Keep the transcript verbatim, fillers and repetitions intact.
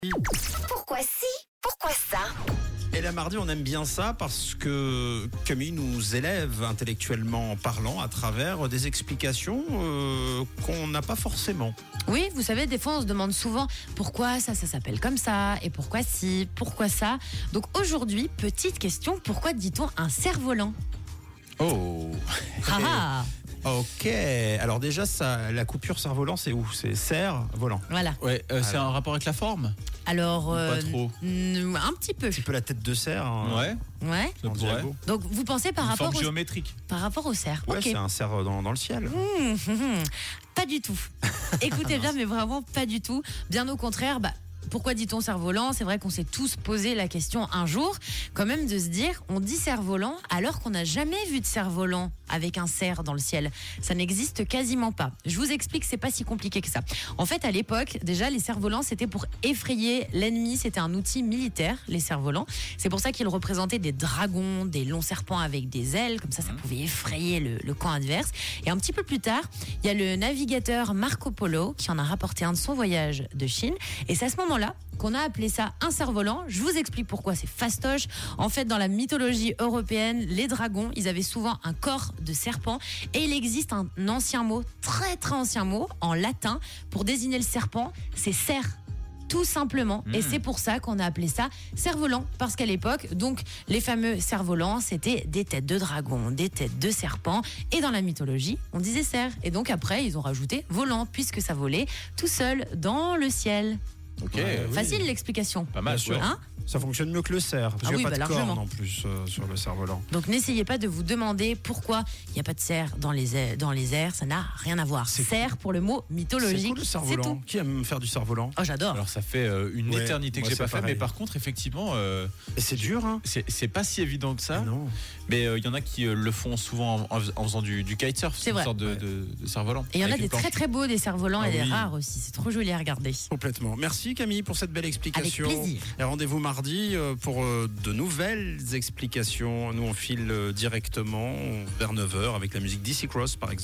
Pourquoi si? Pourquoi ça? Et la mardi, on aime bien ça parce que Camille nous élève intellectuellement parlant à travers des explications euh, qu'on n'a pas forcément. Oui, vous savez, des fois on se demande souvent pourquoi ça, ça s'appelle comme ça, et pourquoi si, pourquoi ça. Donc aujourd'hui, petite question, pourquoi dit-on un cerf-volant? Oh Ah ah. Ok, alors déjà, ça, la coupure cerf-volant, c'est où? C'est cerf-volant. Voilà. Ouais, euh, c'est Alors. un rapport avec la forme? Alors, Ou pas euh, trop. n- un petit peu. Un petit peu la tête de cerf. hein, Ouais, Ouais. ça en pourrait. diago. Donc vous pensez par Une rapport forme au, géométrique. par rapport au cerf? Ouais, Ok. c'est un cerf dans, dans le ciel. Mmh, mmh, mmh. Pas du tout. Écoutez bien, mais vraiment pas du tout. Bien au contraire, bah. Pourquoi dit-on cerf-volant? C'est vrai qu'on s'est tous posé la question un jour, quand même de se dire, on dit cerf-volant alors qu'on n'a jamais vu de cerf-volant avec un cerf dans le ciel. Ça n'existe quasiment pas. Je vous explique, c'est pas si compliqué que ça. En fait, à l'époque, déjà, les cerfs-volants, c'était pour effrayer l'ennemi. C'était un outil militaire, les cerfs-volants. C'est pour ça qu'ils représentaient des dragons, des longs serpents avec des ailes. Comme ça, ça pouvait effrayer le, le camp adverse. Et un petit peu plus tard, il y a le navigateur Marco Polo qui en a rapporté un de son voyage de Chine. Et c'est à ce moment-là qu'on a appelé ça un cerf-volant. Je vous explique pourquoi, c'est fastoche. En fait, dans la mythologie européenne, les dragons, ils avaient souvent un corps de serpent et il existe un ancien mot, très très ancien mot, en latin, pour désigner le serpent, c'est cerf. Tout simplement. Mmh. Et c'est pour ça qu'on a appelé ça cerf-volant. Parce qu'à l'époque, donc, les fameux cerfs-volants, c'était des têtes de dragon, des têtes de serpent. Et dans la mythologie, on disait cerf. Et donc après, ils ont rajouté volant, puisque ça volait tout seul dans le ciel. Ok, Ouais, oui. Facile l'explication. pas mal. Bien sûr. ouais. Hein? Ça fonctionne mieux que le cerf, parce Ah qu'il n'y a oui, pas bah de corne largement. en plus euh, sur le cerf-volant. Donc n'essayez pas de vous demander pourquoi il n'y a pas de cerf dans les airs, dans les airs, ça n'a rien à voir. C'est Cerf pour le mot C'est mythologique, cool le c'est cerf-volant. tout. Qui aime faire du cerf-volant? Oh j'adore. Alors ça fait euh, une Ouais, éternité que moi, j'ai c'est pas fait, pareil. mais par contre effectivement euh, Et c'est dur, hein? c'est c'est pas si évident que ça. Ah non. Mais il y en a qui euh, le font souvent en, en faisant du, du kitesurf, C'est une vrai. sorte de, Ouais. de, de cerf-volant. Et il y en a avec des une planche. très très beaux des cerfs-volants Ah et des oui. rares aussi, c'est trop joli à regarder. Complètement. Merci Camille pour cette belle explication. Avec plaisir. Et rendez-vous mardi euh, pour euh, de nouvelles explications. Nous on file euh, directement vers neuf heures avec la musique d'I C Cross par exemple.